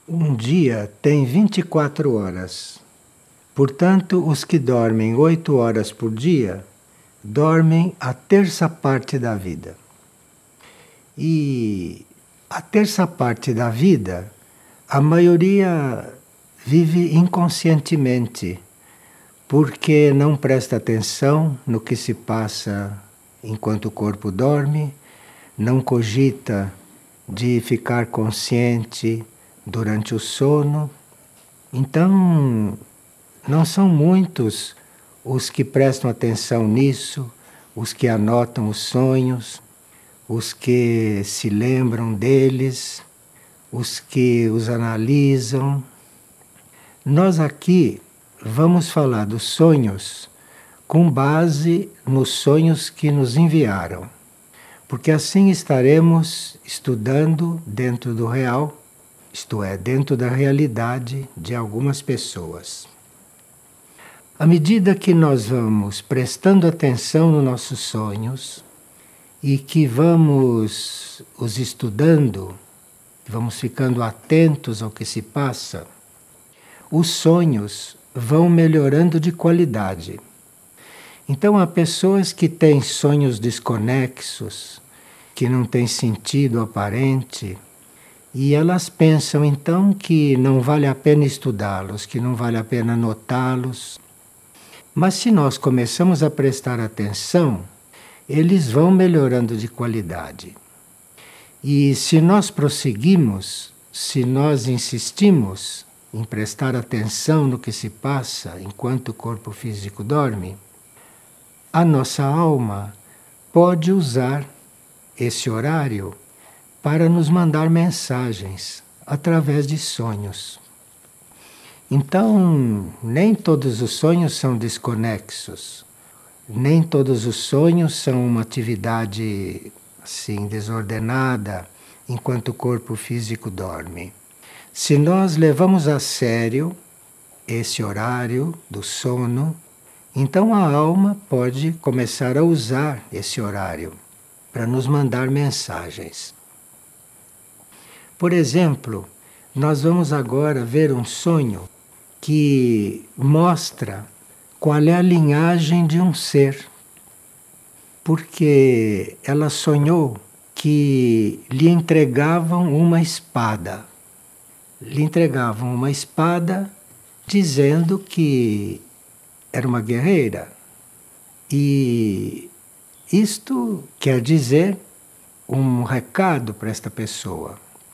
Um dia tem 24 horas. Portanto, os que dormem 8 horas por dia dormem a terça parte da vida. E a terça parte da vida, a maioria vive inconscientemente, porque não presta atenção no que se passa enquanto o corpo dorme, não cogita de ficar consciente durante o sono. Então, não são muitos os que prestam atenção nisso, os que anotam os sonhos, os que se lembram deles, os que os analisam. Nós aqui vamos falar dos sonhos com base nos sonhos que nos enviaram, porque assim estaremos estudando dentro do real, isto é, dentro da realidade de algumas pessoas. À medida que nós vamos prestando atenção nos nossos sonhos e que vamos os estudando, vamos ficando atentos ao que se passa, os sonhos vão melhorando de qualidade. Então há pessoas que têm sonhos desconexos, que não têm sentido aparente, e elas pensam então que não vale a pena estudá-los, que não vale a pena anotá-los. Mas se nós começamos a prestar atenção, eles vão melhorando de qualidade. E se nós prosseguimos, se nós insistimos em prestar atenção no que se passa enquanto o corpo físico dorme, a nossa alma pode usar esse horário para nos mandar mensagens através de sonhos. Então, nem todos os sonhos são desconexos, nem todos os sonhos são uma atividade assim desordenada enquanto o corpo físico dorme. Se nós levamos a sério esse horário do sono, então a alma pode começar a usar esse horário para nos mandar mensagens. Por exemplo, nós vamos agora ver um sonho que mostra qual é a linhagem de um ser. Porque ela sonhou que lhe entregavam uma espada. Lhe entregavam uma espada dizendo que era uma guerreira. E isto quer dizer um recado para esta pessoa.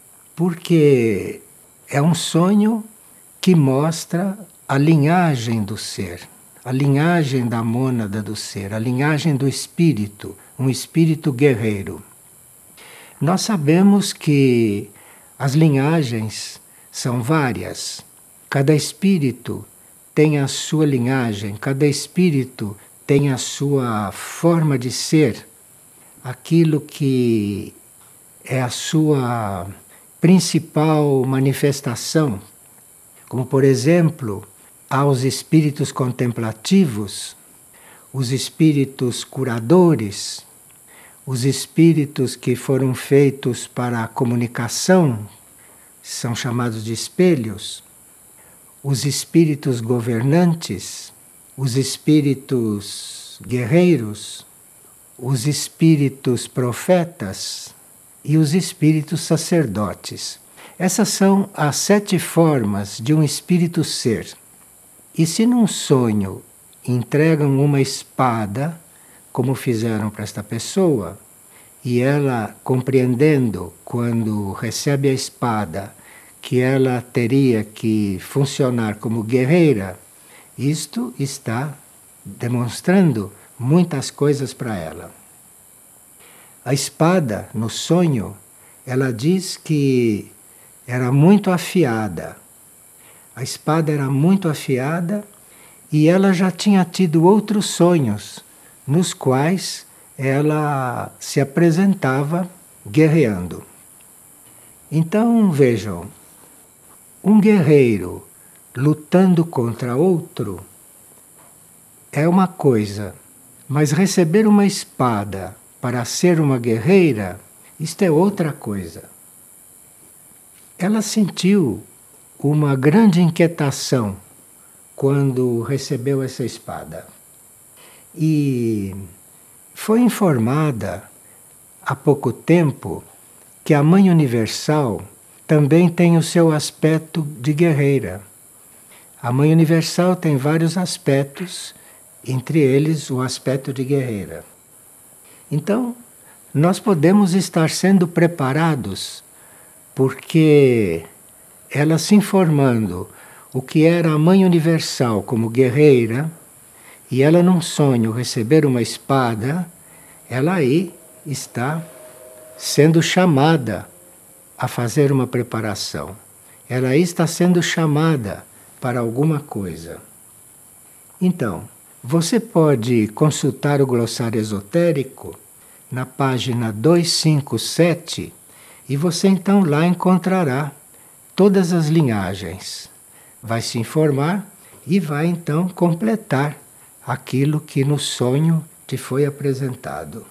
Porque é um sonho que mostra a linhagem do ser, a linhagem da mônada do ser, a linhagem do espírito, um espírito guerreiro. Nós sabemos que as linhagens são várias. Cada espírito tem a sua linhagem, cada espírito tem a sua forma de ser, aquilo que é a sua principal manifestação, como por exemplo, há os espíritos contemplativos, os espíritos curadores, os espíritos que foram feitos para a comunicação, são chamados de espelhos, os espíritos governantes, os espíritos guerreiros, os espíritos profetas, e os espíritos sacerdotes. Essas são as 7 formas de um espírito ser. E se num sonho entregam uma espada, como fizeram para esta pessoa, e ela compreendendo quando recebe a espada que ela teria que funcionar como guerreira, isto está demonstrando muitas coisas para ela. A espada, no sonho, ela diz que era muito afiada. A espada era muito afiada e ela já tinha tido outros sonhos nos quais ela se apresentava guerreando. Então, vejam, um guerreiro lutando contra outro é uma coisa, mas receber uma espada para ser uma guerreira, isto é outra coisa. Ela sentiu uma grande inquietação quando recebeu essa espada. E foi informada há pouco tempo que a Mãe Universal também tem o seu aspecto de guerreira. A Mãe Universal tem vários aspectos, entre eles o aspecto de guerreira. Então, nós podemos estar sendo preparados, porque ela se informando o que era a Mãe Universal como guerreira, e ela num sonho receber uma espada, ela aí está sendo chamada a fazer uma preparação. Ela aí está sendo chamada para alguma coisa. Então, você pode consultar o glossário esotérico na página 257 e você então lá encontrará todas as linhagens. Vai se informar e vai então completar aquilo que no sonho te foi apresentado.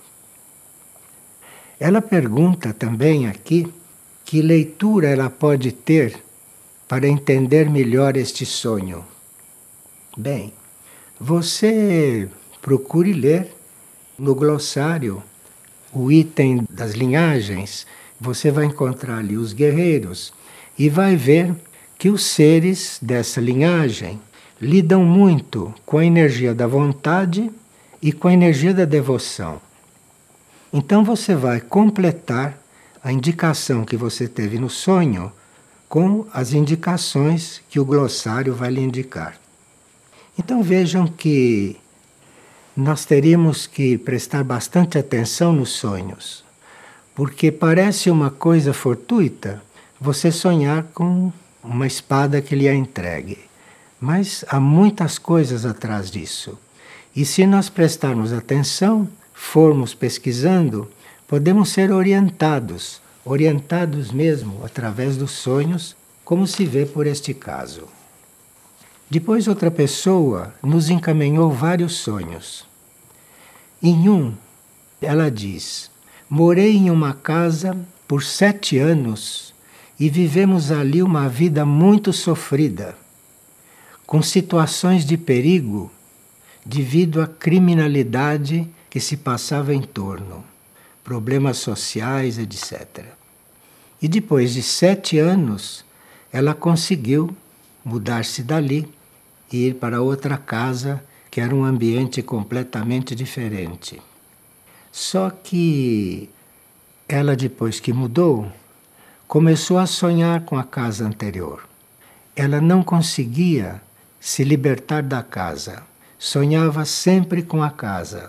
Ela pergunta também aqui que leitura ela pode ter para entender melhor este sonho. Bem, você procure ler no glossário o item das linhagens, você vai encontrar ali os guerreiros e vai ver que os seres dessa linhagem lidam muito com a energia da vontade e com a energia da devoção. Então você vai completar a indicação que você teve no sonho com as indicações que o glossário vai lhe indicar. Então vejam que nós teríamos que prestar bastante atenção nos sonhos, porque parece uma coisa fortuita você sonhar com uma espada que lhe é entregue. Mas há muitas coisas atrás disso. E se nós prestarmos atenção, formos pesquisando, podemos ser orientados mesmo através dos sonhos, como se vê por este caso. Depois outra pessoa nos encaminhou vários sonhos. Em um, ela diz: morei em uma casa por 7 anos e vivemos ali uma vida muito sofrida, com situações de perigo devido à criminalidade que se passava em torno, problemas sociais, etc. E depois de 7 anos, ela conseguiu mudar-se dali e ir para outra casa, que era um ambiente completamente diferente. Só que ela, depois que mudou, começou a sonhar com a casa anterior. Ela não conseguia se libertar da casa. Sonhava sempre com a casa.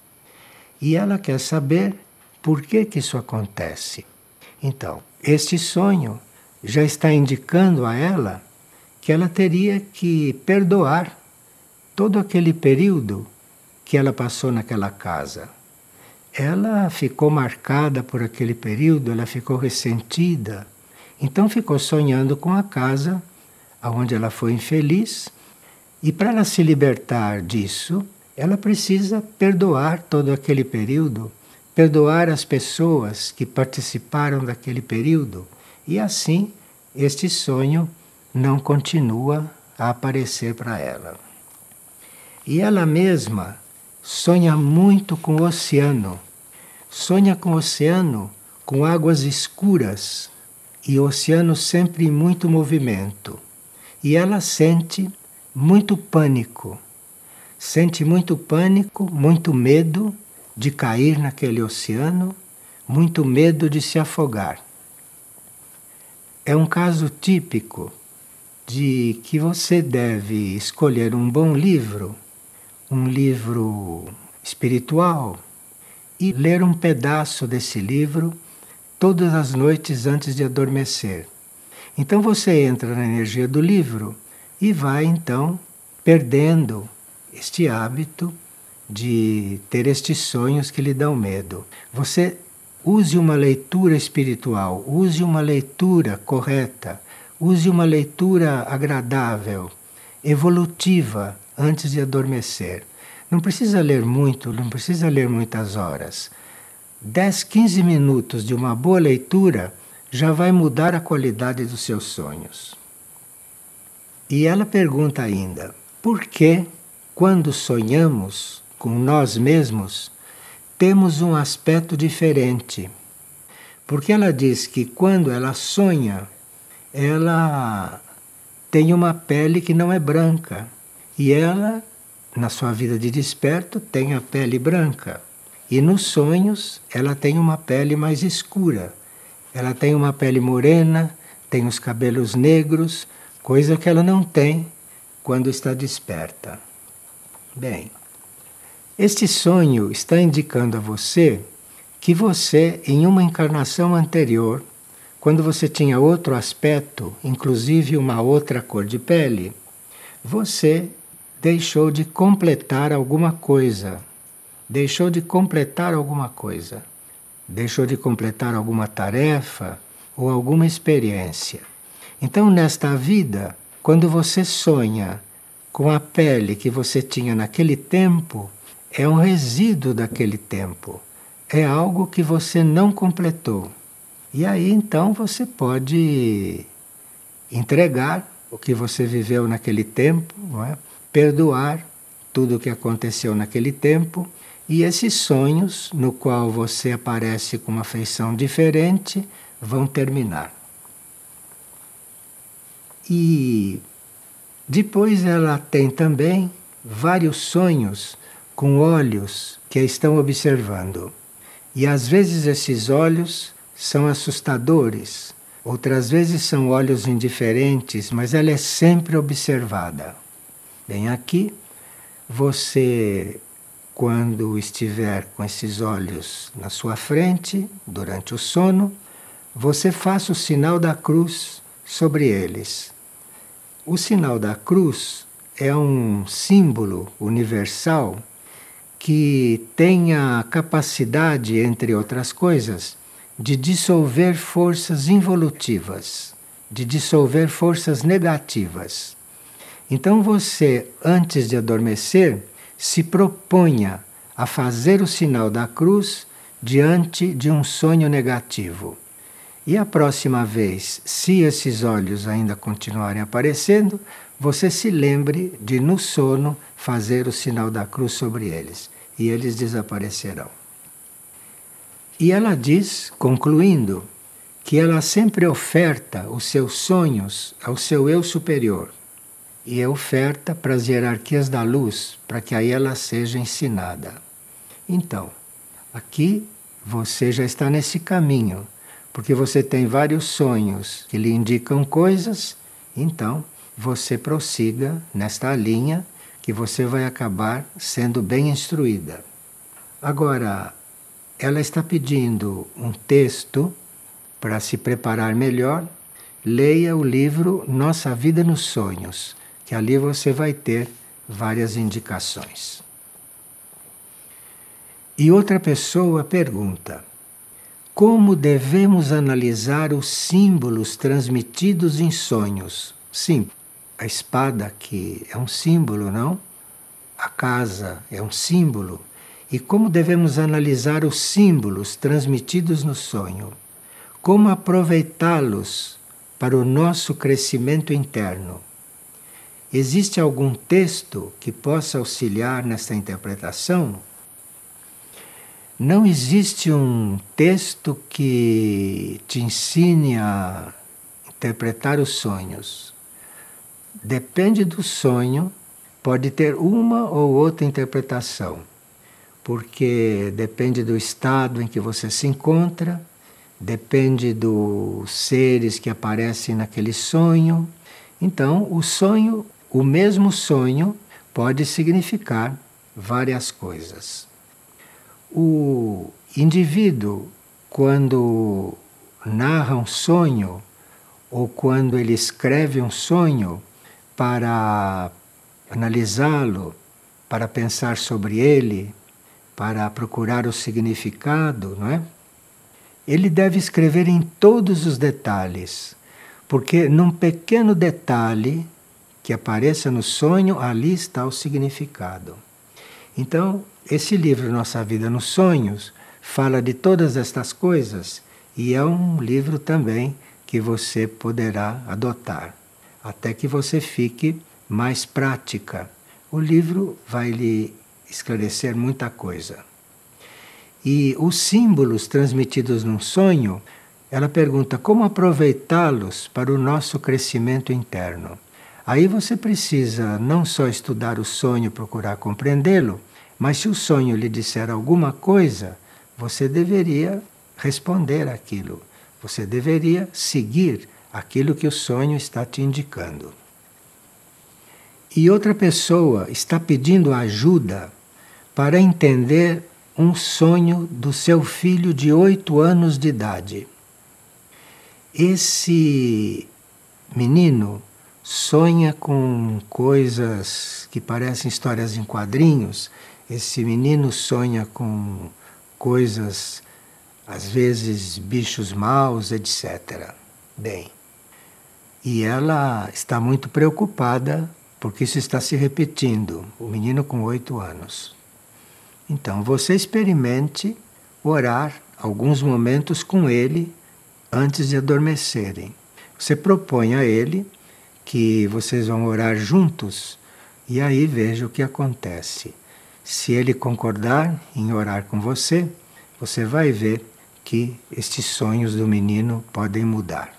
E ela quer saber por que isso acontece. Então, este sonho já está indicando a ela que ela teria que perdoar todo aquele período que ela passou naquela casa. Ela ficou marcada por aquele período, ela ficou ressentida. Então ficou sonhando com a casa onde ela foi infeliz. E para ela se libertar disso, ela precisa perdoar todo aquele período, perdoar as pessoas que participaram daquele período. E assim, este sonho não continua a aparecer para ela. E ela mesma sonha muito com o oceano. Sonha com o oceano com águas escuras e o oceano sempre em muito movimento. E ela sente muito pânico. Sente muito pânico, muito medo de cair naquele oceano, muito medo de se afogar. É um caso típico de que você deve escolher um bom livro, um livro espiritual, e ler um pedaço desse livro todas as noites antes de adormecer. Então você entra na energia do livro e vai então perdendo este hábito de ter estes sonhos que lhe dão medo. Você use uma leitura espiritual, use uma leitura correta, use uma leitura agradável, evolutiva, antes de adormecer. Não precisa ler muito, não precisa ler muitas horas. 10, 15 minutos de uma boa leitura já vai mudar a qualidade dos seus sonhos. E ela pergunta ainda: por que, quando sonhamos com nós mesmos, temos um aspecto diferente? Porque ela diz que quando ela sonha, ela tem uma pele que não é branca. E ela, na sua vida de desperto, tem a pele branca. E nos sonhos, ela tem uma pele mais escura. Ela tem uma pele morena, tem os cabelos negros, coisa que ela não tem quando está desperta. Bem, este sonho está indicando a você que você, em uma encarnação anterior, quando você tinha outro aspecto, inclusive uma outra cor de pele, você deixou de completar alguma coisa. Deixou de completar alguma coisa. Deixou de completar alguma tarefa ou alguma experiência. Então, nesta vida, quando você sonha com a pele que você tinha naquele tempo, é um resíduo daquele tempo. É algo que você não completou. E aí, então, você pode entregar o que você viveu naquele tempo, não é? Perdoar tudo o que aconteceu naquele tempo. E esses sonhos, no qual você aparece com uma feição diferente, vão terminar. E depois ela tem também vários sonhos com olhos que a estão observando. E às vezes esses olhos são assustadores, outras vezes são olhos indiferentes, mas ela é sempre observada. Bem, aqui você, quando estiver com esses olhos na sua frente, durante o sono, você faça o sinal da cruz sobre eles. O sinal da cruz é um símbolo universal que tem a capacidade, entre outras coisas, de dissolver forças involutivas, de dissolver forças negativas. Então você, antes de adormecer, se proponha a fazer o sinal da cruz diante de um sonho negativo. E a próxima vez, se esses olhos ainda continuarem aparecendo, você se lembre de, no sono, fazer o sinal da cruz sobre eles. E eles desaparecerão. E ela diz, concluindo, que ela sempre oferta os seus sonhos ao seu eu superior. E oferta para as hierarquias da luz, para que aí ela seja ensinada. Então, aqui você já está nesse caminho, porque você tem vários sonhos que lhe indicam coisas, então você prossiga nesta linha que você vai acabar sendo bem instruída. Agora, ela está pedindo um texto para se preparar melhor. Leia o livro Nossa Vida nos Sonhos, que ali você vai ter várias indicações. E outra pessoa pergunta: como devemos analisar os símbolos transmitidos em sonhos? Sim, a espada que é um símbolo, não? A casa é um símbolo. E como devemos analisar os símbolos transmitidos no sonho? Como aproveitá-los para o nosso crescimento interno? Existe algum texto que possa auxiliar nessa interpretação? Não existe um texto que te ensine a interpretar os sonhos. Depende do sonho, pode ter uma ou outra interpretação, porque depende do estado em que você se encontra, depende dos seres que aparecem naquele sonho. Então, o sonho, o mesmo sonho, pode significar várias coisas. O indivíduo, quando narra um sonho, ou quando ele escreve um sonho para analisá-lo, para pensar sobre ele, para procurar o significado, não é? Ele deve escrever em todos os detalhes, porque num pequeno detalhe que apareça no sonho, ali está o significado. Então, esse livro Nossa Vida nos Sonhos fala de todas estas coisas e é um livro também que você poderá adotar. até que você fique mais prática. O livro vai lhe esclarecer muita coisa. E os símbolos transmitidos num sonho, ela pergunta como aproveitá-los para o nosso crescimento interno. Aí você precisa não só estudar o sonho, procurar compreendê-lo, mas se o sonho lhe disser alguma coisa, você deveria responder aquilo. Você deveria seguir aquilo que o sonho está te indicando. E outra pessoa está pedindo ajuda para entender um sonho do seu filho de 8 anos de idade. Esse menino sonha com coisas que parecem histórias em quadrinhos. Esse menino sonha com coisas, às vezes bichos maus, etc. Bem, e ela está muito preocupada porque isso está se repetindo, o menino com 8 anos. Então você experimente orar alguns momentos com ele antes de adormecerem. Você propõe a ele que vocês vão orar juntos e aí veja o que acontece. Se ele concordar em orar com você, você vai ver que estes sonhos do menino podem mudar.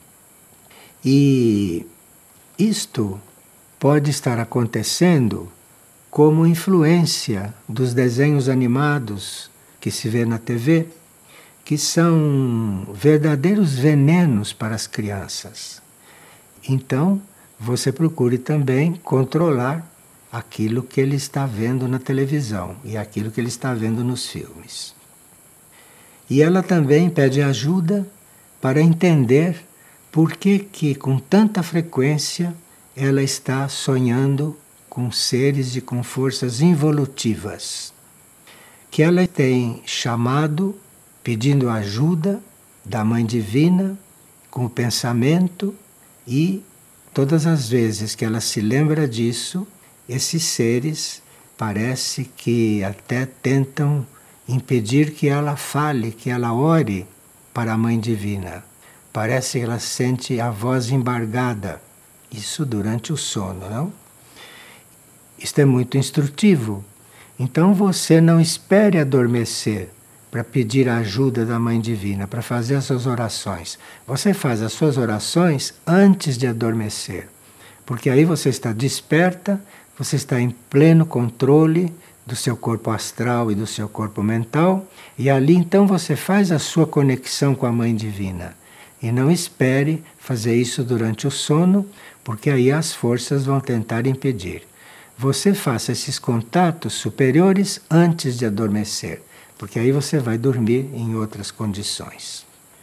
E isto pode estar acontecendo como influência dos desenhos animados que se vê na TV, que são verdadeiros venenos para as crianças. Então, você procure também controlar aquilo que ele está vendo na televisão e aquilo que ele está vendo nos filmes. E ela também pede ajuda para entender por que com tanta frequência ela está sonhando com seres e com forças involutivas, que ela tem chamado, pedindo ajuda da Mãe Divina, com o pensamento, e todas as vezes que ela se lembra disso, esses seres parece que até tentam impedir que ela fale, que ela ore para a Mãe Divina. Parece que ela sente a voz embargada, isso durante o sono, não? Isto é muito instrutivo. Então você não espere adormecer para pedir a ajuda da Mãe Divina, para fazer as suas orações. Você faz as suas orações antes de adormecer, porque aí você está desperta, você está em pleno controle do seu corpo astral e do seu corpo mental, e ali então você faz a sua conexão com a Mãe Divina. E não espere fazer isso durante o sono, porque aí as forças vão tentar impedir. Você faça esses contatos superiores antes de adormecer, porque aí você vai dormir em outras condições.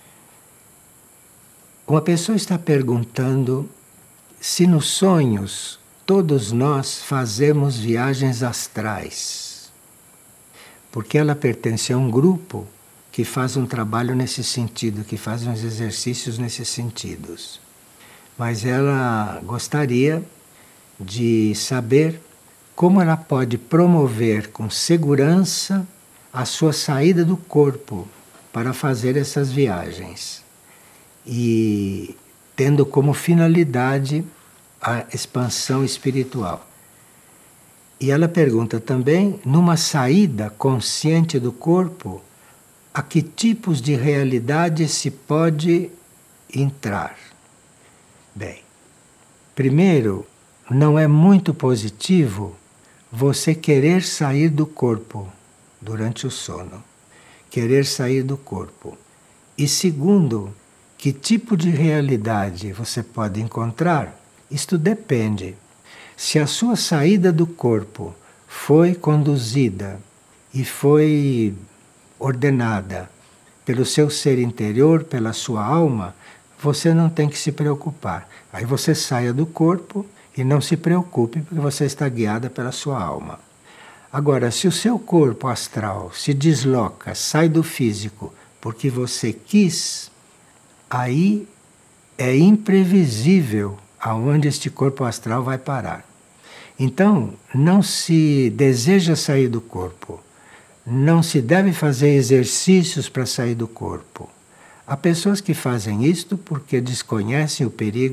Uma pessoa está perguntando se nos sonhos todos nós fazemos viagens astrais, porque ela pertence a um grupo que faz um trabalho nesse sentido, que faz uns exercícios nesses sentidos. Mas ela gostaria de saber como ela pode promover com segurança a sua saída do corpo para fazer essas viagens. E tendo como finalidade a expansão espiritual. E ela pergunta também, numa saída consciente do corpo, a que tipos de realidade se pode entrar? Bem, primeiro, não é muito positivo você querer sair do corpo durante o sono. Querer sair do corpo. E segundo, que tipo de realidade você pode encontrar? Isto depende. Se a sua saída do corpo foi conduzida e foi ordenada pelo seu ser interior, pela sua alma, você não tem que se preocupar. Aí você saia do corpo e não se preocupe, porque você está guiada pela sua alma. Agora, se o seu corpo astral se desloca, sai do físico, porque você quis, aí é imprevisível aonde este corpo astral vai parar. Então, não se deseja sair do corpo. Não se deve fazer exercícios para sair do corpo. Há pessoas que fazem isto porque desconhecem o perigo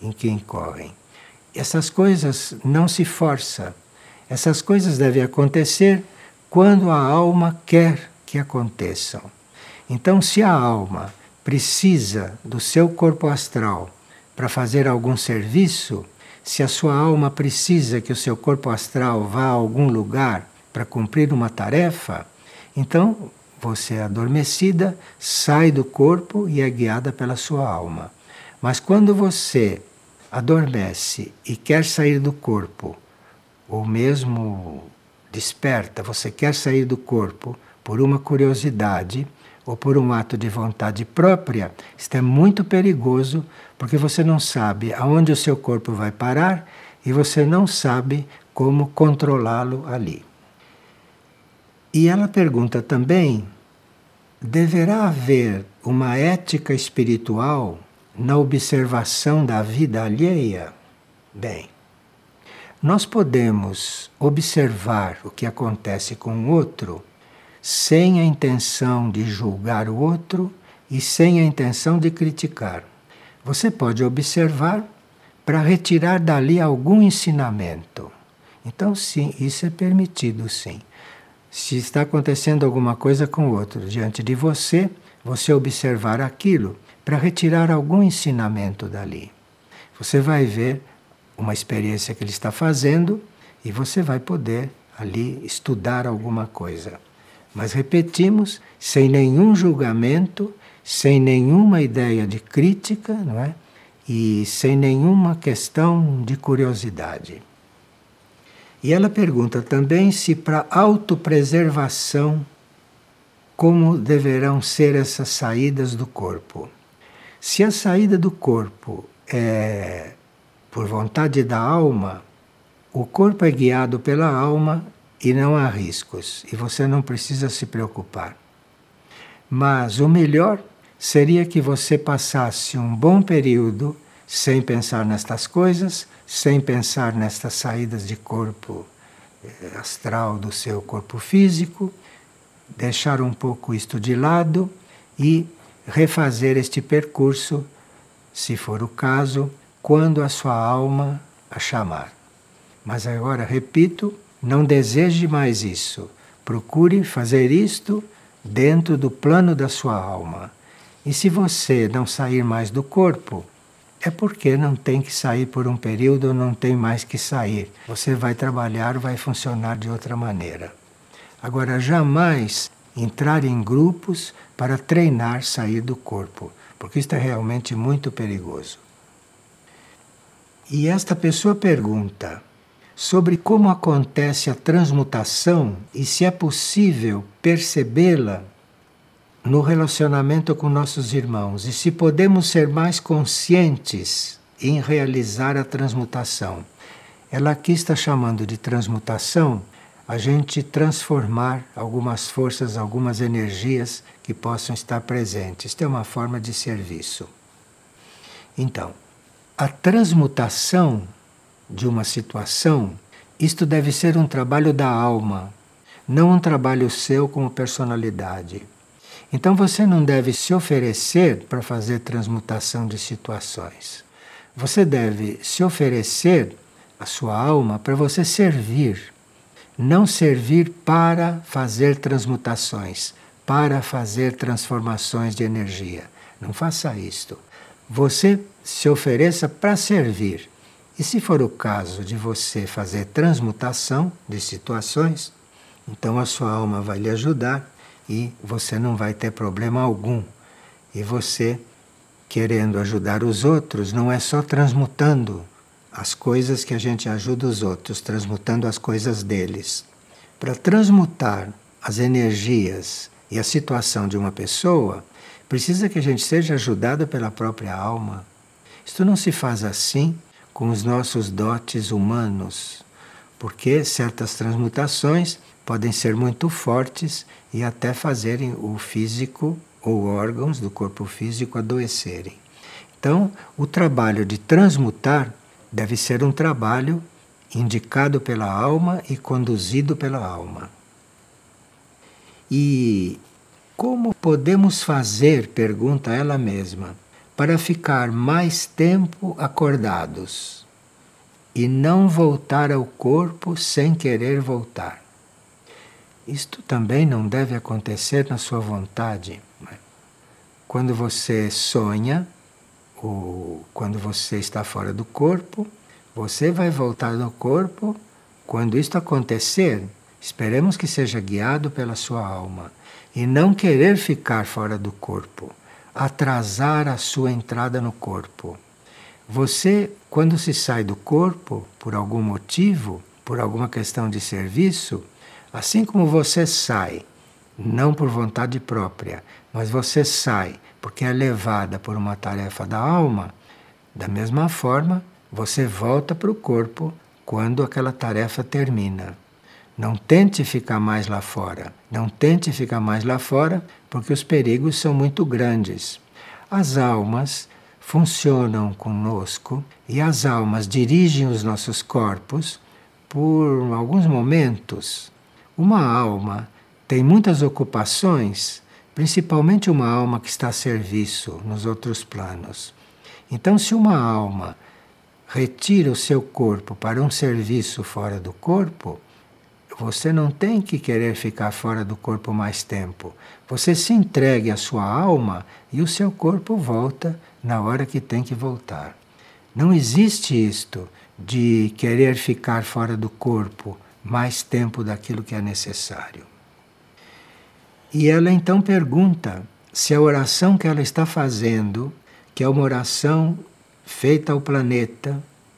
em que incorrem. Essas coisas não se força. Essas coisas devem acontecer quando a alma quer que aconteçam. Então, se a alma precisa do seu corpo astral para fazer algum serviço, se a sua alma precisa que o seu corpo astral vá a algum lugar para cumprir uma tarefa, então você, adormecida, sai do corpo e é guiada pela sua alma. Mas quando você adormece e quer sair do corpo, ou mesmo desperta, você quer sair do corpo por uma curiosidade ou por um ato de vontade própria, isto é muito perigoso, porque você não sabe aonde o seu corpo vai parar e você não sabe como controlá-lo ali. E ela pergunta também: deverá haver uma ética espiritual na observação da vida alheia? Bem, nós podemos observar o que acontece com o outro sem a intenção de julgar o outro e sem a intenção de criticar. Você pode observar para retirar dali algum ensinamento. Então, sim, isso é permitido, sim. Se está acontecendo alguma coisa com o outro diante de você, você observar aquilo para retirar algum ensinamento dali. Você vai ver uma experiência que ele está fazendo e você vai poder ali estudar alguma coisa. Mas repetimos, sem nenhum julgamento, sem nenhuma ideia de crítica, não é? E sem nenhuma questão de curiosidade. E ela pergunta também se para autopreservação, como deverão ser essas saídas do corpo. Se a saída do corpo é por vontade da alma, o corpo é guiado pela alma e não há riscos, e você não precisa se preocupar. Mas o melhor seria que você passasse um bom período sem pensar nestas coisas, sem pensar nestas saídas de corpo astral do seu corpo físico, deixar um pouco isto de lado e refazer este percurso, se for o caso, quando a sua alma a chamar. Mas agora, repito, não deseje mais isso. Procure fazer isto dentro do plano da sua alma. E se você não sair mais do corpo, é porque não tem que sair por um período ou não tem mais que sair. Você vai trabalhar, vai funcionar de outra maneira. Agora, jamais entrar em grupos para treinar sair do corpo, porque isto é realmente muito perigoso. E esta pessoa pergunta sobre como acontece a transmutação e se é possível percebê-la no relacionamento com nossos irmãos e se podemos ser mais conscientes em realizar a transmutação. Ela aqui está chamando de transmutação a gente transformar algumas forças, algumas energias que possam estar presentes. Isto é uma forma de serviço. Então, a transmutação de uma situação, isto deve ser um trabalho da alma, não um trabalho seu como personalidade. Então você não deve se oferecer para fazer transmutação de situações. Você deve se oferecer a sua alma para você servir. Não servir para fazer transmutações, para fazer transformações de energia. Não faça isto. Você se ofereça para servir. E se for o caso de você fazer transmutação de situações, então a sua alma vai lhe ajudar e você não vai ter problema algum. E você, querendo ajudar os outros, não é só transmutando as coisas que a gente ajuda os outros, transmutando as coisas deles. Para transmutar as energias e a situação de uma pessoa, precisa que a gente seja ajudado pela própria alma. Isto não se faz assim com os nossos dotes humanos, porque certas transmutações podem ser muito fortes e até fazerem o físico ou órgãos do corpo físico adoecerem. Então, o trabalho de transmutar deve ser um trabalho indicado pela alma e conduzido pela alma. E como podemos fazer, pergunta ela mesma, para ficar mais tempo acordados e não voltar ao corpo sem querer voltar. Isto também não deve acontecer na sua vontade. Quando você sonha, ou quando você está fora do corpo, você vai voltar ao corpo. Quando isto acontecer, esperemos que seja guiado pela sua alma e não querer ficar fora do corpo, atrasar a sua entrada no corpo. Você, quando se sai do corpo, por algum motivo, por alguma questão de serviço, assim como você sai, não por vontade própria, mas você sai porque é levada por uma tarefa da alma, da mesma forma, você volta para o corpo quando aquela tarefa termina. Não tente ficar mais lá fora. Não tente ficar mais lá fora, porque os perigos são muito grandes. As almas funcionam conosco e as almas dirigem os nossos corpos por alguns momentos. Uma alma tem muitas ocupações, principalmente uma alma que está a serviço nos outros planos. Então, se uma alma retira o seu corpo para um serviço fora do corpo, você não tem que querer ficar fora do corpo mais tempo. Você se entregue à sua alma e o seu corpo volta na hora que tem que voltar. Não existe isto de querer ficar fora do corpo mais tempo daquilo que é necessário. E ela então pergunta se a oração que ela está fazendo, que é uma oração feita ao planeta,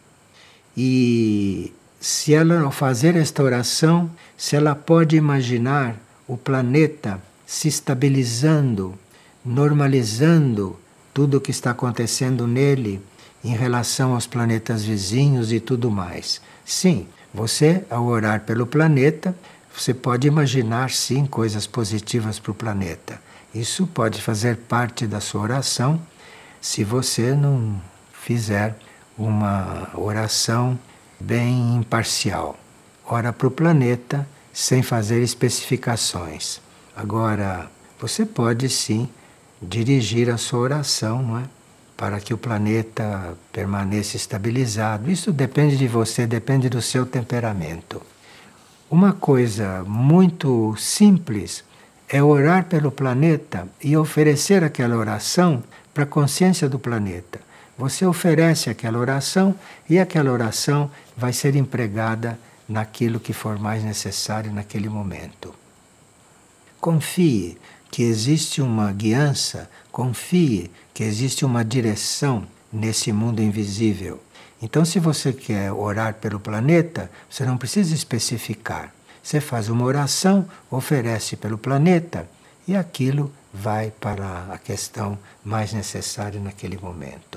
e se ela, ao fazer esta oração, se ela pode imaginar o planeta se estabilizando, normalizando tudo o que está acontecendo nele em relação aos planetas vizinhos e tudo mais. Sim, você, ao orar pelo planeta, você pode imaginar, sim, coisas positivas para o planeta. Isso pode fazer parte da sua oração, se você não fizer uma oração bem imparcial. Ora para o planeta sem fazer especificações. Agora, você pode sim dirigir a sua oração, não é? Para que o planeta permaneça estabilizado. Isso depende de você, depende do seu temperamento. Uma coisa muito simples é orar pelo planeta e oferecer aquela oração para a consciência do planeta. Você oferece aquela oração e aquela oração vai ser empregada naquilo que for mais necessário naquele momento. Confie que existe uma guiança, confie que existe uma direção nesse mundo invisível. Então, se você quer orar pelo planeta, você não precisa especificar. Você faz uma oração, oferece pelo planeta e aquilo vai para a questão mais necessária naquele momento.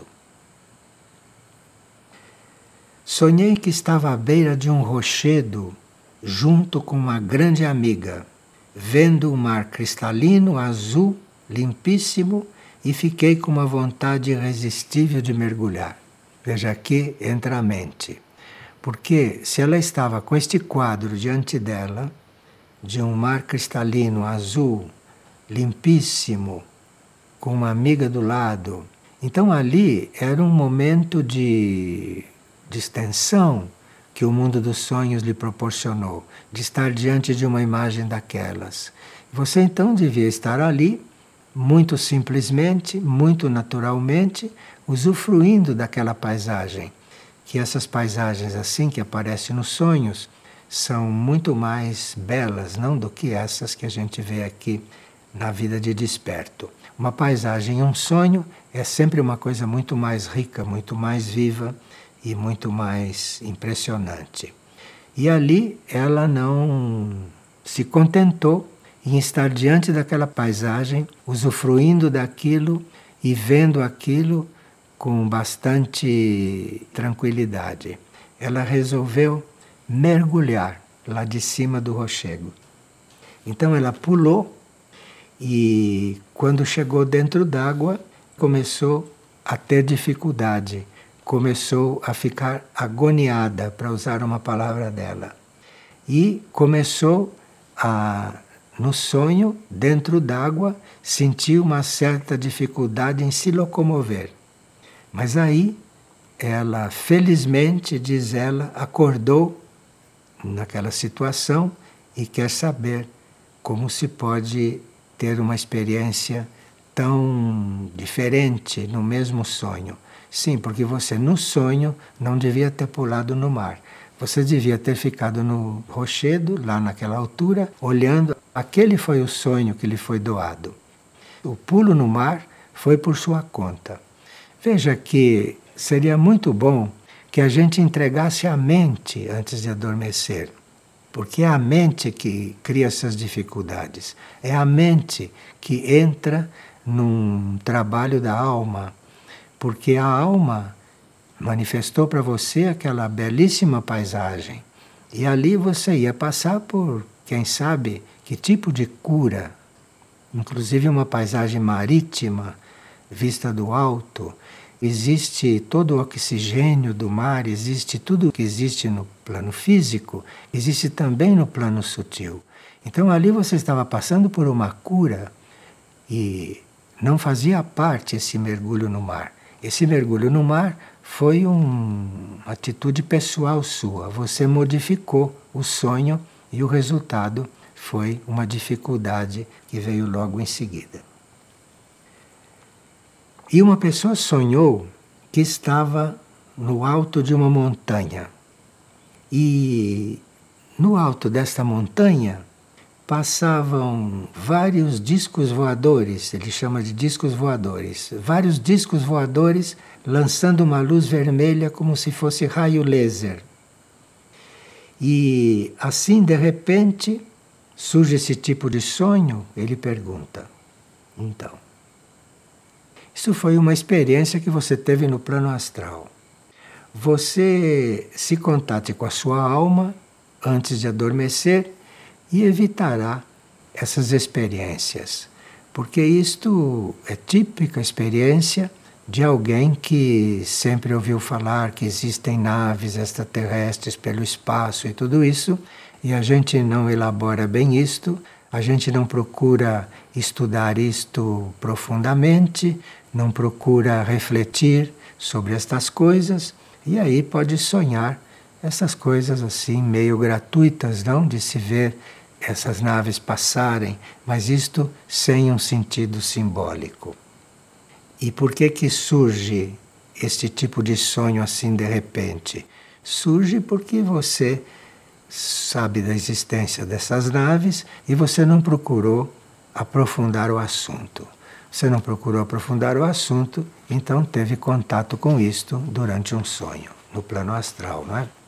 Sonhei que estava à beira de um rochedo, junto com uma grande amiga, vendo o mar cristalino, azul, limpíssimo, e fiquei com uma vontade irresistível de mergulhar. Veja, aqui entra a mente. Porque se ela estava com este quadro diante dela, de um mar cristalino, azul, limpíssimo, com uma amiga do lado, então ali era um momento de extensão que o mundo dos sonhos lhe proporcionou, de estar diante de uma imagem daquelas. Você então devia estar ali, muito simplesmente, muito naturalmente, usufruindo daquela paisagem. Que essas paisagens assim que aparecem nos sonhos são muito mais belas, não do que essas que a gente vê aqui na vida de desperto. Uma paisagem, um sonho, é sempre uma coisa muito mais rica, muito mais viva e muito mais impressionante. E ali ela não se contentou em estar diante daquela paisagem, usufruindo daquilo e vendo aquilo com bastante tranquilidade. Ela resolveu mergulhar lá de cima do rochedo. Então ela pulou e quando chegou dentro d'água começou a ter dificuldade. Começou a ficar agoniada, para usar uma palavra dela. E começou a, no sonho, dentro d'água, sentir uma certa dificuldade em se locomover. Mas aí ela, felizmente, diz ela, acordou naquela situação e quer saber como se pode ter uma experiência tão diferente no mesmo sonho. Sim, porque você no sonho não devia ter pulado no mar. Você devia ter ficado no rochedo, lá naquela altura, olhando. Aquele foi o sonho que lhe foi doado. O pulo no mar foi por sua conta. Veja que seria muito bom que a gente entregasse a mente antes de adormecer. Porque é a mente que cria essas dificuldades. É a mente que entra num trabalho da alma. Porque a alma manifestou para você aquela belíssima paisagem. E ali você ia passar por, quem sabe, que tipo de cura. Inclusive uma paisagem marítima, vista do alto. Existe todo o oxigênio do mar, existe tudo o que existe no plano físico, existe também no plano sutil. Então ali você estava passando por uma cura e não fazia parte esse mergulho no mar. Esse mergulho no mar foi uma atitude pessoal sua. Você modificou o sonho e o resultado foi uma dificuldade que veio logo em seguida. E uma pessoa sonhou que estava no alto de uma montanha. E no alto desta montanha passavam vários discos voadores, ele chama de discos voadores, vários discos voadores lançando uma luz vermelha como se fosse raio laser. E assim, de repente, surge esse tipo de sonho, ele pergunta. Então, isso foi uma experiência que você teve no plano astral. Você se contate com a sua alma antes de adormecer e evitará essas experiências. Porque isto é típica experiência de alguém que sempre ouviu falar que existem naves extraterrestres pelo espaço e tudo isso, e a gente não elabora bem isto, a gente não procura estudar isto profundamente, não procura refletir sobre estas coisas, e aí pode sonhar essas coisas assim meio gratuitas, não? De se ver essas naves passarem, mas isto sem um sentido simbólico. E por que surge este tipo de sonho assim de repente? Surge porque você sabe da existência dessas naves e você não procurou aprofundar o assunto. Você não procurou aprofundar o assunto, então teve contato com isto durante um sonho, no plano astral, não é?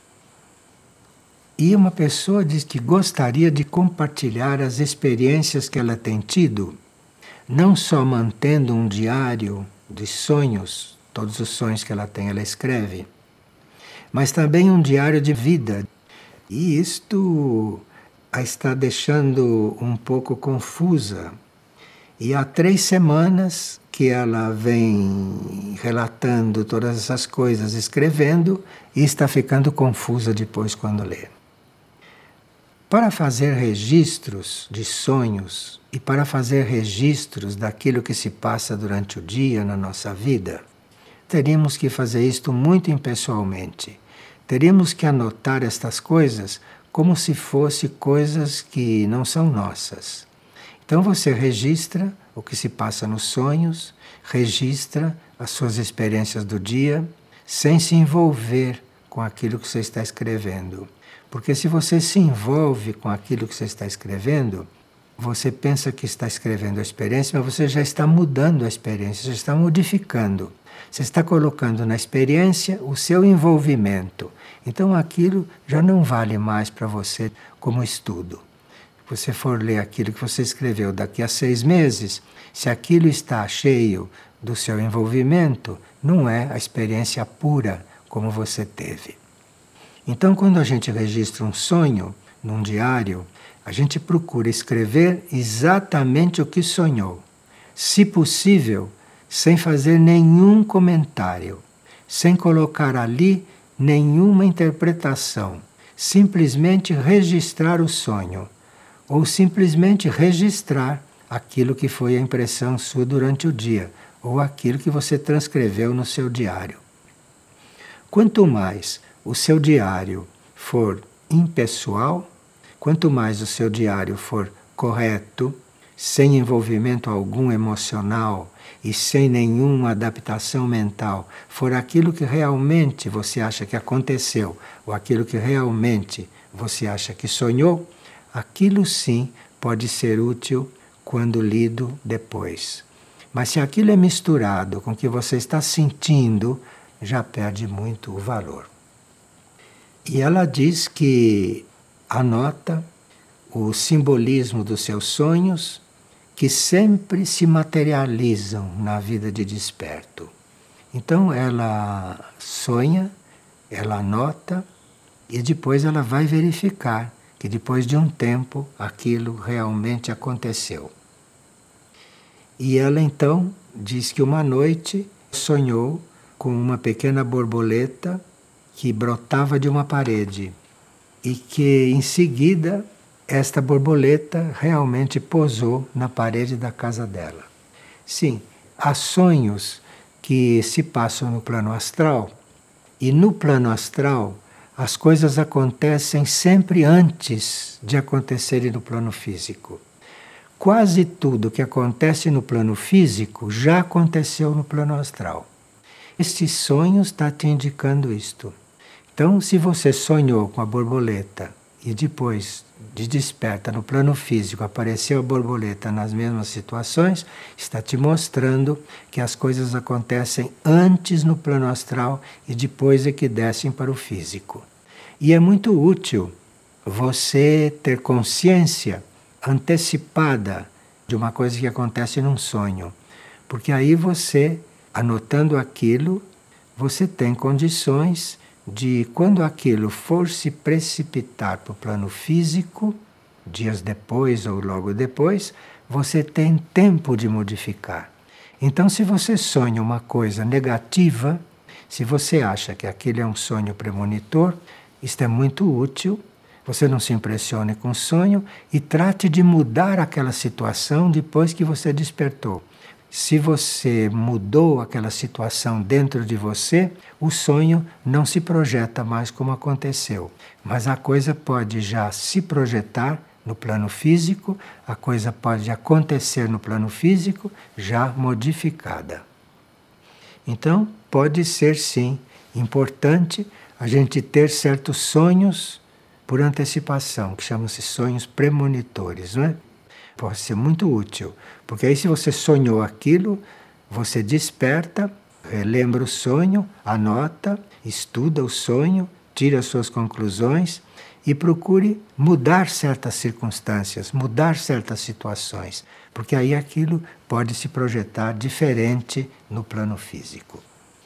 E uma pessoa diz que gostaria de compartilhar as experiências que ela tem tido, não só mantendo um diário de sonhos, todos os sonhos que ela tem, ela escreve, mas também um diário de vida. E isto a está deixando um pouco confusa. E há 3 semanas que ela vem relatando todas essas coisas, escrevendo, e está ficando confusa depois quando lê. Para fazer registros de sonhos e para fazer registros daquilo que se passa durante o dia na nossa vida, teríamos que fazer isto muito impessoalmente. Teríamos que anotar estas coisas como se fossem coisas que não são nossas. Então você registra o que se passa nos sonhos, registra as suas experiências do dia, sem se envolver com aquilo que você está escrevendo. Porque se você se envolve com aquilo que você está escrevendo, você pensa que está escrevendo a experiência, mas você já está mudando a experiência, já está modificando. Você está colocando na experiência o seu envolvimento. Então aquilo já não vale mais para você como estudo. Se você for ler aquilo que você escreveu daqui a 6 meses, se aquilo está cheio do seu envolvimento, não é a experiência pura como você teve. Então, quando a gente registra um sonho num diário, a gente procura escrever exatamente o que sonhou. Se possível, sem fazer nenhum comentário, sem colocar ali nenhuma interpretação. Simplesmente registrar o sonho, ou simplesmente registrar aquilo que foi a impressão sua durante o dia, ou aquilo que você transcreveu no seu diário. Quanto mais o seu diário for impessoal, quanto mais o seu diário for correto, sem envolvimento algum emocional e sem nenhuma adaptação mental, for aquilo que realmente você acha que aconteceu, ou aquilo que realmente você acha que sonhou, aquilo sim pode ser útil quando lido depois. Mas se aquilo é misturado com o que você está sentindo, já perde muito o valor. E ela diz que anota o simbolismo dos seus sonhos, que sempre se materializam na vida de desperto. Então ela sonha, ela anota e depois ela vai verificar que depois de um tempo aquilo realmente aconteceu. E ela então diz que uma noite sonhou com uma pequena borboleta que brotava de uma parede e que em seguida esta borboleta realmente pousou na parede da casa dela. Sim, há sonhos que se passam no plano astral, e no plano astral as coisas acontecem sempre antes de acontecerem no plano físico. Quase tudo que acontece no plano físico já aconteceu no plano astral. Este sonho está te indicando isto. Então, se você sonhou com a borboleta e depois de desperta no plano físico apareceu a borboleta nas mesmas situações, está te mostrando que as coisas acontecem antes no plano astral e depois é que descem para o físico. E é muito útil você ter consciência antecipada de uma coisa que acontece num sonho, porque aí você, anotando aquilo, você tem condições de, quando aquilo for se precipitar para o plano físico, dias depois ou logo depois, você tem tempo de modificar. Então, se você sonha uma coisa negativa, se você acha que aquele é um sonho premonitor, isto é muito útil. Você não se impressione com o sonho e trate de mudar aquela situação depois que você despertou. Se você mudou aquela situação dentro de você, o sonho não se projeta mais como aconteceu. Mas a coisa pode já se projetar no plano físico, a coisa pode acontecer no plano físico já modificada. Então, pode ser sim importante a gente ter certos sonhos por antecipação, que chamam-se sonhos premonitores, não é? Pode ser muito útil, porque aí se você sonhou aquilo, você desperta, relembra o sonho, anota, estuda o sonho, tira as suas conclusões e procure mudar certas circunstâncias, mudar certas situações, porque aí aquilo pode se projetar diferente no plano físico.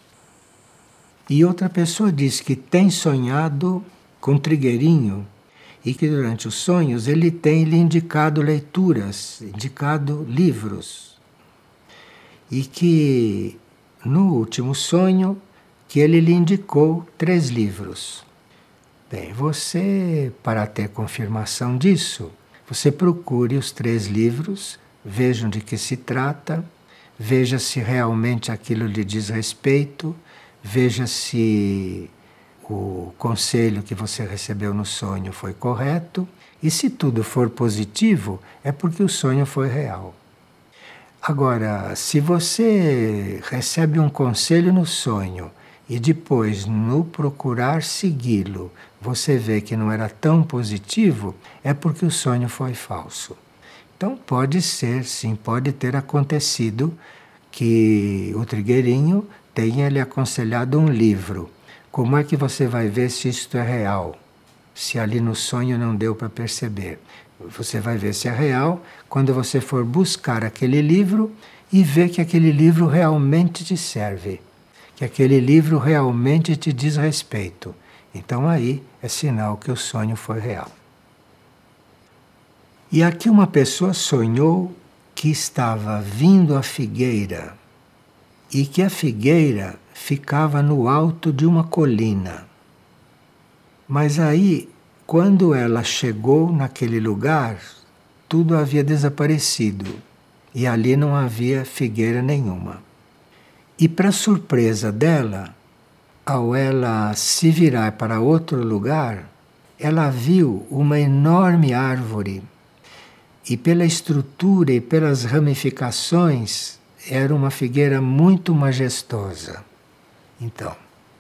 E outra pessoa diz que tem sonhado com trigueirinho, e que durante os sonhos ele tem lhe indicado leituras, indicado livros. E que no último sonho que ele lhe indicou 3 livros. Bem, você, para ter confirmação disso, você procure os 3 livros, vejam de que se trata, veja se realmente aquilo lhe diz respeito, veja se o conselho que você recebeu no sonho foi correto, e se tudo for positivo, é porque o sonho foi real. Agora, se você recebe um conselho no sonho e depois, no procurar segui-lo, você vê que não era tão positivo, é porque o sonho foi falso. Então, pode ser, sim, pode ter acontecido que o trigueirinho tenha lhe aconselhado um livro. Como é que você vai ver se isto é real? Se ali no sonho não deu para perceber. Você vai ver se é real quando você for buscar aquele livro e ver que aquele livro realmente te serve, que aquele livro realmente te diz respeito. Então aí é sinal que o sonho foi real. E aqui uma pessoa sonhou que estava vindo a figueira e que a figueira ficava no alto de uma colina. Mas aí, quando ela chegou naquele lugar, tudo havia desaparecido e ali não havia figueira nenhuma. E para surpresa dela, ao ela se virar para outro lugar, ela viu uma enorme árvore. E pela estrutura e pelas ramificações, era uma figueira muito majestosa. Então,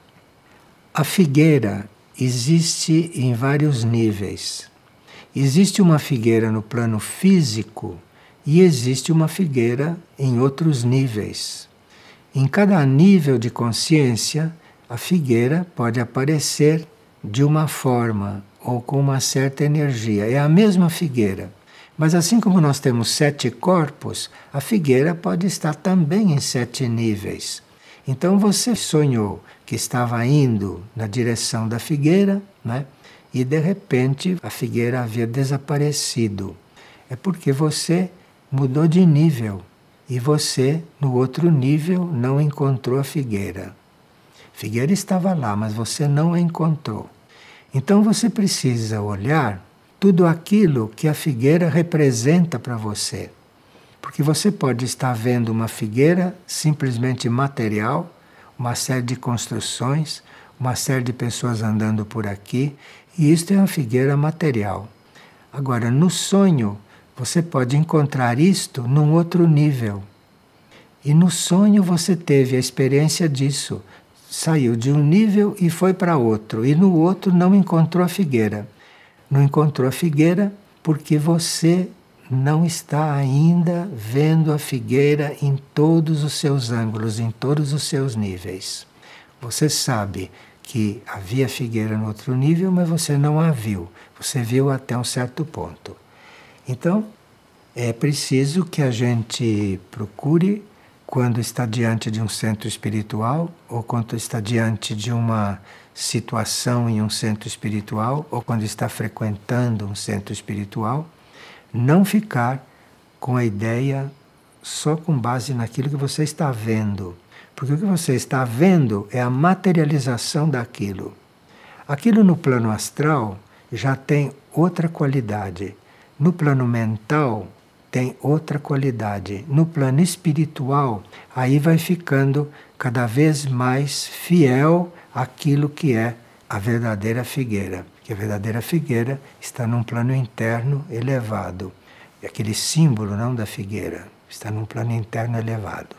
a figueira existe em vários níveis. Existe uma figueira no plano físico e existe uma figueira em outros níveis. Em cada nível de consciência, a figueira pode aparecer de uma forma ou com uma certa energia. É a mesma figueira. Mas assim como nós temos 7 corpos, a figueira pode estar também em 7 níveis. Então você sonhou que estava indo na direção da figueira, né? E de repente a figueira havia desaparecido. É porque você mudou de nível e você, no outro nível, não encontrou a figueira. A figueira estava lá, mas você não a encontrou. Então você precisa olhar tudo aquilo que a figueira representa para você. Porque você pode estar vendo uma figueira simplesmente material, uma série de construções, uma série de pessoas andando por aqui, e isto é uma figueira material. Agora, no sonho, você pode encontrar isto num outro nível. E no sonho você teve a experiência disso. Saiu de um nível e foi para outro, e no outro não encontrou a figueira. Não encontrou a figueira porque você não está ainda vendo a figueira em todos os seus ângulos, em todos os seus níveis. Você sabe que havia figueira no outro nível, mas você não a viu. Você viu até um certo ponto. Então, é preciso que a gente procure, quando está diante de um centro espiritual, ou quando está diante de uma situação em um centro espiritual, ou quando está frequentando um centro espiritual, não ficar com a ideia só com base naquilo que você está vendo. Porque o que você está vendo é a materialização daquilo. Aquilo no plano astral já tem outra qualidade. No plano mental tem outra qualidade. No plano espiritual, aí vai ficando cada vez mais fiel àquilo que é a verdadeira figueira. Que a verdadeira figueira está num plano interno elevado. É aquele símbolo não da figueira, está num plano interno elevado.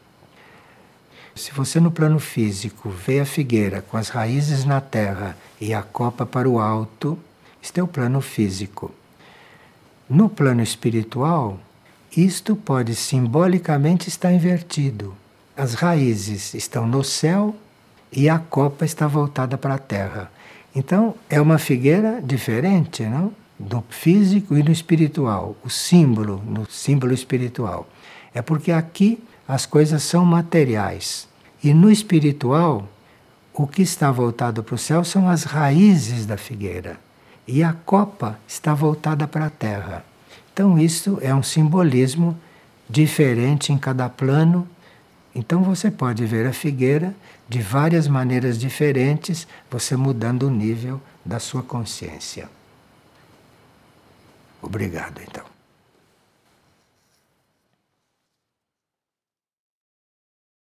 Se você no plano físico vê a figueira com as raízes na terra e a copa para o alto, este é o plano físico. No plano espiritual, isto pode simbolicamente estar invertido. As raízes estão no céu e a copa está voltada para a terra. Então, é uma figueira diferente, não? Do físico e do espiritual. O símbolo, no símbolo espiritual. É porque aqui as coisas são materiais. E no espiritual, o que está voltado para o céu são as raízes da figueira. E a copa está voltada para a terra. Então isso é um simbolismo diferente em cada plano. Então você pode ver a figueira de várias maneiras diferentes, você mudando o nível da sua consciência. Obrigado, então.